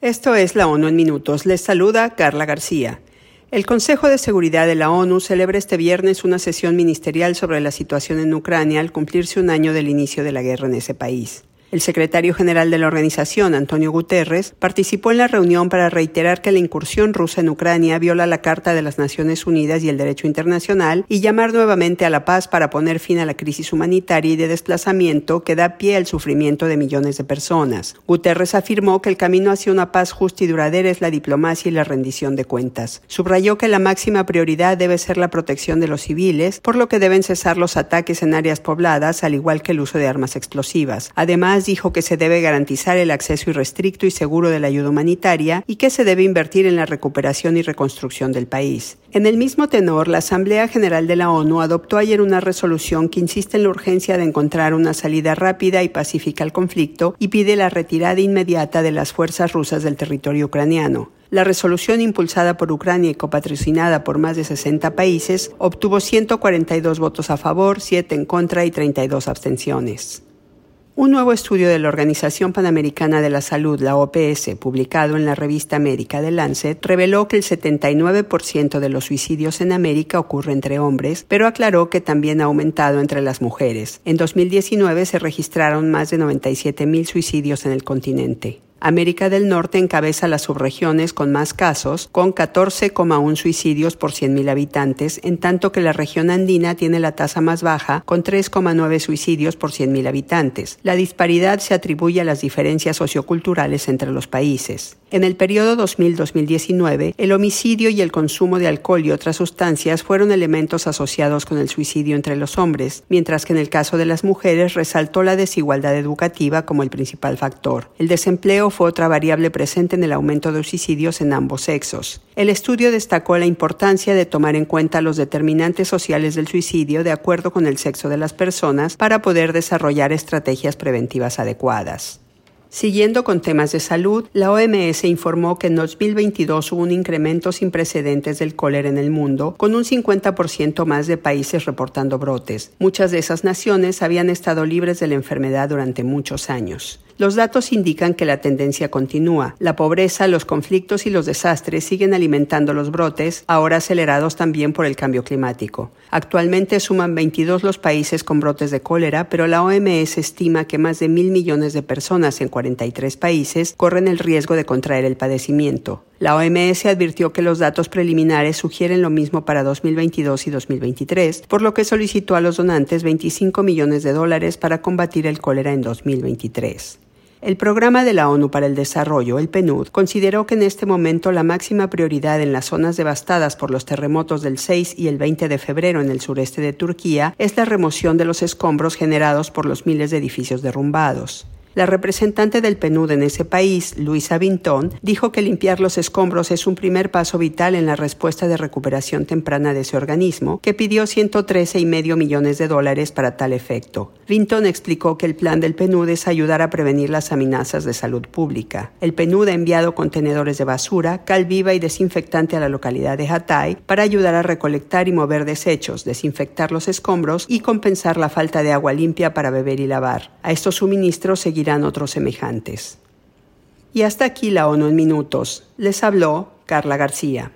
Esto es la ONU en Minutos. Les saluda Carla García. El Consejo de Seguridad de la ONU celebra este viernes una sesión ministerial sobre la situación en Ucrania al cumplirse un año del inicio de la guerra en ese país. El secretario general de la organización, Antonio Guterres, participó en la reunión para reiterar que la incursión rusa en Ucrania viola la Carta de las Naciones Unidas y el derecho internacional y llamar nuevamente a la paz para poner fin a la crisis humanitaria y de desplazamiento que da pie al sufrimiento de millones de personas. Guterres afirmó que el camino hacia una paz justa y duradera es la diplomacia y la rendición de cuentas. Subrayó que la máxima prioridad debe ser la protección de los civiles, por lo que deben cesar los ataques en áreas pobladas, al igual que el uso de armas explosivas. Además, dijo que se debe garantizar el acceso irrestricto y seguro de la ayuda humanitaria y que se debe invertir en la recuperación y reconstrucción del país. En el mismo tenor, la Asamblea General de la ONU adoptó ayer una resolución que insiste en la urgencia de encontrar una salida rápida y pacífica al conflicto y pide la retirada inmediata de las fuerzas rusas del territorio ucraniano. La resolución, impulsada por Ucrania y copatrocinada por más de 60 países, obtuvo 142 votos a favor, 7 en contra y 32 abstenciones. Un nuevo estudio de la Organización Panamericana de la Salud, la OPS, publicado en la revista médica The Lancet, reveló que el 79% de los suicidios en América ocurre entre hombres, pero aclaró que también ha aumentado entre las mujeres. En 2019 se registraron más de 97,000 suicidios en el continente. América del Norte encabeza las subregiones con más casos, con 14,1 suicidios por 100,000 habitantes, en tanto que la región andina tiene la tasa más baja, con 3,9 suicidios por 100,000 habitantes. La disparidad se atribuye a las diferencias socioculturales entre los países. En el periodo 2000-2019, el homicidio y el consumo de alcohol y otras sustancias fueron elementos asociados con el suicidio entre los hombres, mientras que en el caso de las mujeres resaltó la desigualdad educativa como el principal factor. El desempleo fue otra variable presente en el aumento de suicidios en ambos sexos. El estudio destacó la importancia de tomar en cuenta los determinantes sociales del suicidio de acuerdo con el sexo de las personas para poder desarrollar estrategias preventivas adecuadas. Siguiendo con temas de salud, la OMS informó que en 2022 hubo un incremento sin precedentes del cólera en el mundo, con un 50% más de países reportando brotes. Muchas de esas naciones habían estado libres de la enfermedad durante muchos años. Los datos indican que la tendencia continúa. La pobreza, los conflictos y los desastres siguen alimentando los brotes, ahora acelerados también por el cambio climático. Actualmente suman 22 los países con brotes de cólera, pero la OMS estima que más de 1,000 millones de personas en 43 países corren el riesgo de contraer el padecimiento. La OMS advirtió que los datos preliminares sugieren lo mismo para 2022 y 2023, por lo que solicitó a los donantes $25 millones para combatir el cólera en 2023. El Programa de la ONU para el Desarrollo, el PNUD, consideró que en este momento la máxima prioridad en las zonas devastadas por los terremotos del 6 y el 20 de febrero en el sureste de Turquía es la remoción de los escombros generados por los miles de edificios derrumbados. La representante del PNUD en ese país, Luisa Vinton, dijo que limpiar los escombros es un primer paso vital en la respuesta de recuperación temprana de ese organismo, que pidió $113,5 millones para tal efecto. Vinton explicó que el plan del PNUD es ayudar a prevenir las amenazas de salud pública. El PNUD ha enviado contenedores de basura, cal viva y desinfectante a la localidad de Hatay para ayudar a recolectar y mover desechos, desinfectar los escombros y compensar la falta de agua limpia para beber y lavar. A estos suministros seguirán otros semejantes. Y hasta aquí la ONU en Minutos. Les habló Carla García.